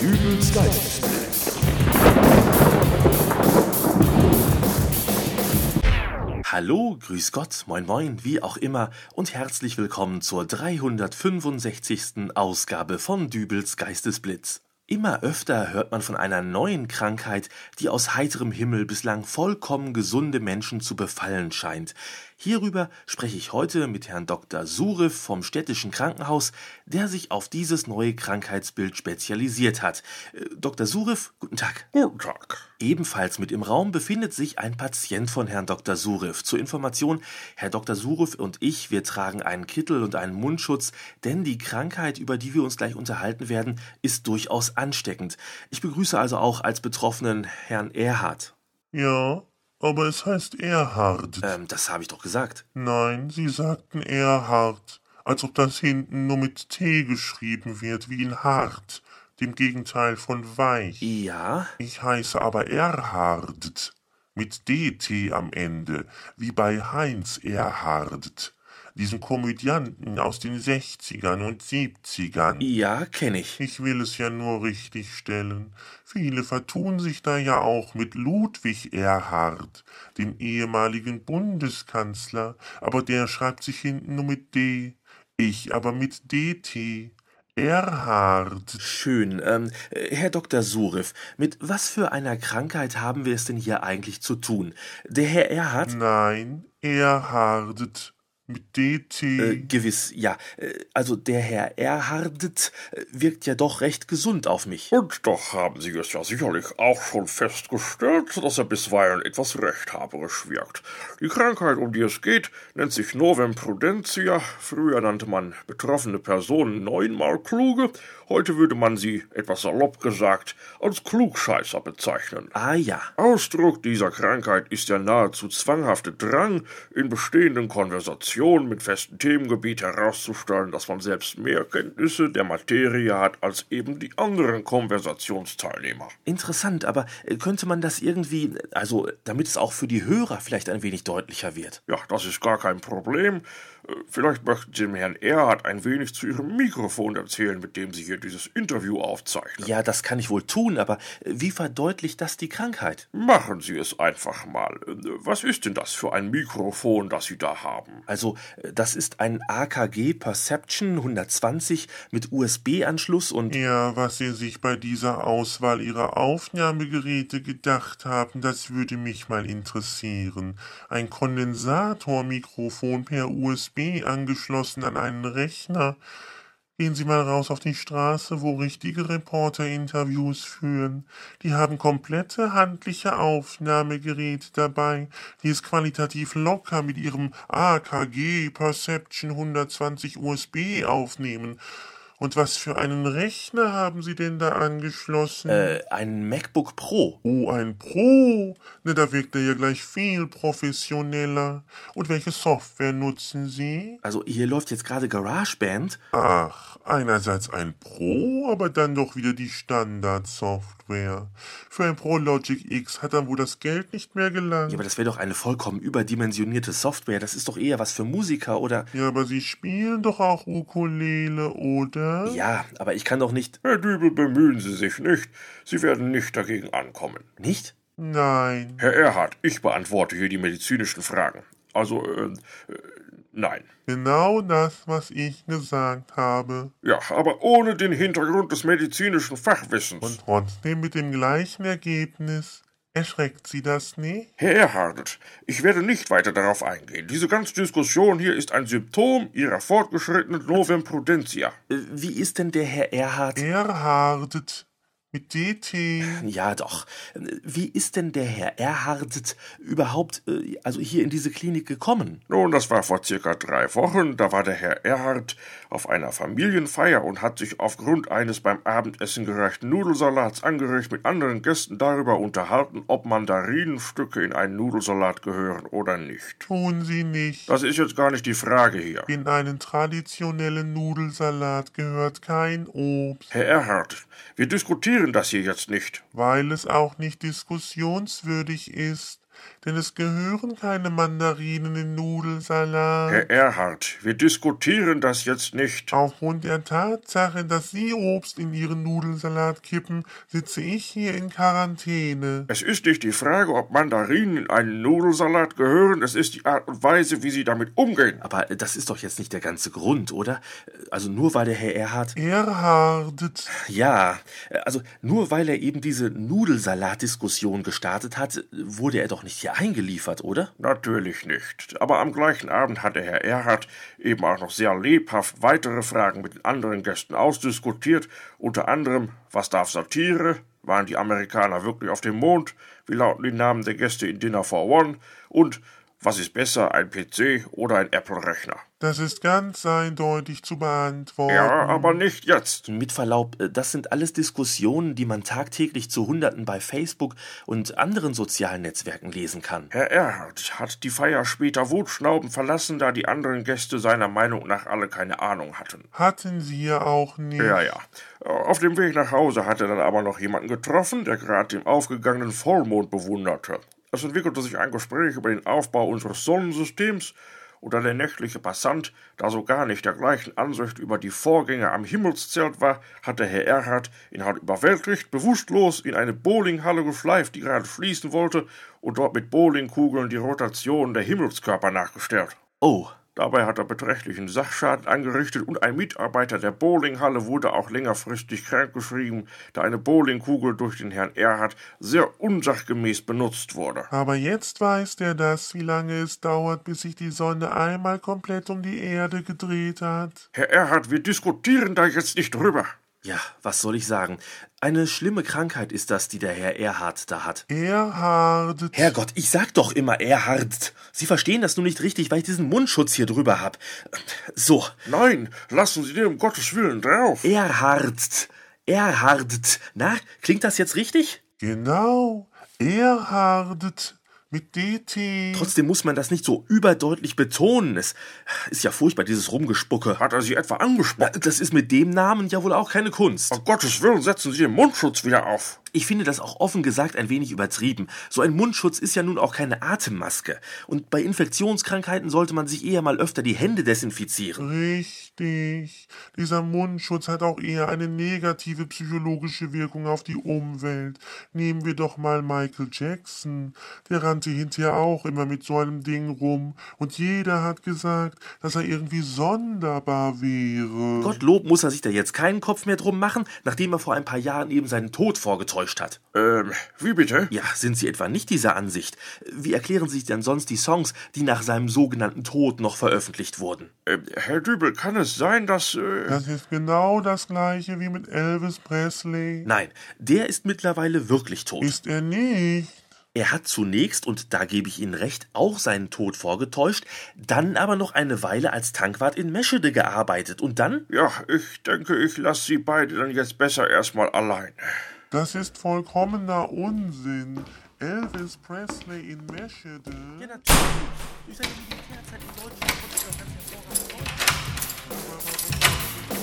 Dübels Geistesblitz. Hallo, grüß Gott, moin moin, wie auch immer und herzlich willkommen zur 365. Ausgabe von Dübels Geistesblitz. Immer öfter hört man von einer neuen Krankheit, die aus heiterem Himmel bislang vollkommen gesunde Menschen zu befallen scheint. Hierüber spreche ich heute mit Herrn Dr. Surev vom Städtischen Krankenhaus, der sich auf dieses neue Krankheitsbild spezialisiert hat. Dr. Surev, guten Tag. Guten Tag. Ebenfalls mit im Raum befindet sich ein Patient von Herrn Dr. Surev. Zur Information, Herr Dr. Surev und ich, wir tragen einen Kittel und einen Mundschutz, denn die Krankheit, über die wir uns gleich unterhalten werden, ist durchaus ansteckend. Ich begrüße also auch als Betroffenen Herrn Erhard. Ja, aber es heißt Erhard. Das habe ich doch gesagt. Nein, Sie sagten Erhard, als ob das hinten nur mit T geschrieben wird, wie in hart, dem Gegenteil von weich. Ja? Ich heiße aber Erhard, mit DT am Ende, wie bei Heinz Erhardt, diesen Komödianten aus den 60ern und 70ern. Ja, kenne ich. Ich will es ja nur richtig stellen. Viele vertun sich da ja auch mit Ludwig Erhard, dem ehemaligen Bundeskanzler, aber der schreibt sich hinten nur mit D, ich aber mit DT. Erhard. Schön. Herr Dr. Surev, mit was für einer Krankheit haben wir es denn hier eigentlich zu tun? Der Herr Erhard? Nein, Erhard. Mit DT. Gewiss, ja. Also der Herr Erhardt wirkt ja doch recht gesund auf mich. Und doch haben Sie es ja sicherlich auch schon festgestellt, dass er bisweilen etwas rechthaberisch wirkt. Die Krankheit, um die es geht, nennt sich Novum Prudentia. Früher nannte man betroffene Personen 9-mal kluge. Heute würde man sie, etwas salopp gesagt, als Klugscheißer bezeichnen. Ah ja. Ausdruck dieser Krankheit ist der nahezu zwanghafte Drang, in bestehenden Konversationen mit festem Themengebiet herauszustellen, dass man selbst mehr Kenntnisse der Materie hat als eben die anderen Konversationsteilnehmer. Interessant, aber könnte man das irgendwie, also damit es auch für die Hörer vielleicht ein wenig deutlicher wird? Ja, das ist gar kein Problem. Vielleicht möchten Sie dem Herrn Erhard ein wenig zu Ihrem Mikrofon erzählen, mit dem Sie hier dieses Interview aufzeichnen. Ja, das kann ich wohl tun, aber wie verdeutlicht das die Krankheit? Machen Sie es einfach mal. Was ist denn das für ein Mikrofon, das Sie da haben? Also, das ist ein AKG Perception 120 mit USB-Anschluss und... Ja, was Sie sich bei dieser Auswahl Ihrer Aufnahmegeräte gedacht haben, das würde mich mal interessieren. Ein Kondensatormikrofon per USB angeschlossen an einen Rechner. Gehen Sie mal raus auf die Straße, wo richtige Reporter Interviews führen. Die haben komplette handliche Aufnahmegeräte dabei, die es qualitativ locker mit ihrem AKG Perception 120 USB aufnehmen. Und was für einen Rechner haben Sie denn da angeschlossen? Ein MacBook Pro. Oh, ein Pro? Ne, da wirkt er ja gleich viel professioneller. Und welche Software nutzen Sie? Also hier läuft jetzt gerade GarageBand. Ach, einerseits ein Pro, aber dann doch wieder die Standardsoftware. Für ein Pro Logic X hat dann wohl das Geld nicht mehr gelangt. Ja, aber das wäre doch eine vollkommen überdimensionierte Software. Das ist doch eher was für Musiker, oder? Ja, aber Sie spielen doch auch Ukulele, oder? Ja, aber ich kann doch nicht... Herr Dübel, bemühen Sie sich nicht. Sie werden nicht dagegen ankommen. Nicht? Nein. Herr Erhard, ich beantworte hier die medizinischen Fragen. Also, nein. Genau das, was ich gesagt habe. Ja, aber ohne den Hintergrund des medizinischen Fachwissens. Und trotzdem mit dem gleichen Ergebnis. Erschreckt Sie das nicht? Herr Erhard, ich werde nicht weiter darauf eingehen. Diese ganze Diskussion hier ist ein Symptom Ihrer fortgeschrittenen Novum Prudentia. Wie ist denn der Herr Erhard? Erhardet. Mit DT. Ja, doch. Wie ist denn der Herr Erhard überhaupt, also hier in diese Klinik gekommen? Nun, das war vor circa 3 Wochen. Da war der Herr Erhard auf einer Familienfeier und hat sich aufgrund eines beim Abendessen gereichten Nudelsalats angeregt mit anderen Gästen darüber unterhalten, ob Mandarinenstücke in einen Nudelsalat gehören oder nicht. Tun Sie nicht. Das ist jetzt gar nicht die Frage hier. In einen traditionellen Nudelsalat gehört kein Obst. Herr Erhard, wir diskutieren das hier jetzt nicht. Weil es auch nicht diskussionswürdig ist. denn es gehören keine Mandarinen in Nudelsalat. Herr Erhard, wir diskutieren das jetzt nicht. Aufgrund der Tatsache, dass Sie Obst in Ihren Nudelsalat kippen, sitze ich hier in Quarantäne. Es ist nicht die Frage, ob Mandarinen in einen Nudelsalat gehören, es ist die Art und Weise, wie Sie damit umgehen. Aber das ist doch jetzt nicht der ganze Grund, oder? Also nur weil der Herr Erhard... Erhardet. Ja, also nur weil er eben diese Nudelsalat-Diskussion gestartet hat, wurde er doch nicht hier eingeliefert, oder? Natürlich nicht. Aber am gleichen Abend hatte Herr Erhard eben auch noch sehr lebhaft weitere Fragen mit den anderen Gästen ausdiskutiert. Unter anderem, was darf Satire? Waren die Amerikaner wirklich auf dem Mond? Wie lauten die Namen der Gäste in Dinner for One? Und was ist besser, ein PC oder ein Apple-Rechner? Das ist ganz eindeutig zu beantworten. Ja, aber nicht jetzt. Mit Verlaub, das sind alles Diskussionen, die man tagtäglich zu Hunderten bei Facebook und anderen sozialen Netzwerken lesen kann. Herr Erhard hat die Feier später wutschnaubend verlassen, da die anderen Gäste seiner Meinung nach alle keine Ahnung hatten. Hatten Sie ja auch nicht. Ja. Auf dem Weg nach Hause hat er dann aber noch jemanden getroffen, der gerade den aufgegangenen Vollmond bewunderte. Es entwickelte sich ein Gespräch über den Aufbau unseres Sonnensystems, und da der nächtliche Passant da so gar nicht der gleichen Ansicht über die Vorgänge am Himmelszelt war, hatte Herr Erhard ihn halt überwältigt, bewusstlos in eine Bowlinghalle geschleift, die gerade schließen wollte, und dort mit Bowlingkugeln die Rotation der Himmelskörper nachgestellt. Oh. Dabei hat er beträchtlichen Sachschaden angerichtet und ein Mitarbeiter der Bowlinghalle wurde auch längerfristig krankgeschrieben, da eine Bowlingkugel durch den Herrn Erhard sehr unsachgemäß benutzt wurde. Aber jetzt weiß der das, wie lange es dauert, bis sich die Sonne einmal komplett um die Erde gedreht hat. Herr Erhard, wir diskutieren da jetzt nicht drüber. Ja, was soll ich sagen? Eine schlimme Krankheit ist das, die der Herr Erhard da hat. Erhardet. Herrgott, ich sag doch immer Erhard. Sie verstehen das nur nicht richtig, weil ich diesen Mundschutz hier drüber hab. So. Nein, lassen Sie den um Gottes Willen drauf. Erhard. Na, klingt das jetzt richtig? Genau. Erhardet. Mit DT. Trotzdem muss man das nicht so überdeutlich betonen. Es ist ja furchtbar, dieses Rumgespucke. Hat er Sie etwa angespuckt? Das ist mit dem Namen ja wohl auch keine Kunst. Um Gottes Willen, setzen Sie den Mundschutz wieder auf. Ich finde das auch offen gesagt ein wenig übertrieben. So ein Mundschutz ist ja nun auch keine Atemmaske. Und bei Infektionskrankheiten sollte man sich eher mal öfter die Hände desinfizieren. Richtig. Dieser Mundschutz hat auch eher eine negative psychologische Wirkung auf die Umwelt. Nehmen wir doch mal Michael Jackson. Der rannte hinterher auch immer mit so einem Ding rum. Und jeder hat gesagt, dass er irgendwie sonderbar wäre. Gottlob muss er sich da jetzt keinen Kopf mehr drum machen, nachdem er vor ein paar Jahren eben seinen Tod vorgetäuscht hat. Wie bitte? Ja, sind Sie etwa nicht dieser Ansicht? Wie erklären sich denn sonst die Songs, die nach seinem sogenannten Tod noch veröffentlicht wurden? Herr Dübel, kann es sein, dass... Das ist genau das gleiche wie mit Elvis Presley. Nein, der ist mittlerweile wirklich tot. Ist er nicht? Er hat zunächst, und da gebe ich Ihnen recht, auch seinen Tod vorgetäuscht, dann aber noch eine Weile als Tankwart in Meschede gearbeitet und dann... Ja, ich denke, ich lasse Sie beide dann jetzt besser erstmal allein. Das ist vollkommener Unsinn. Elvis Presley in Meschede. Ja, natürlich. Durch seine Militärzeit in Deutschland konnte er ganz hervorragend.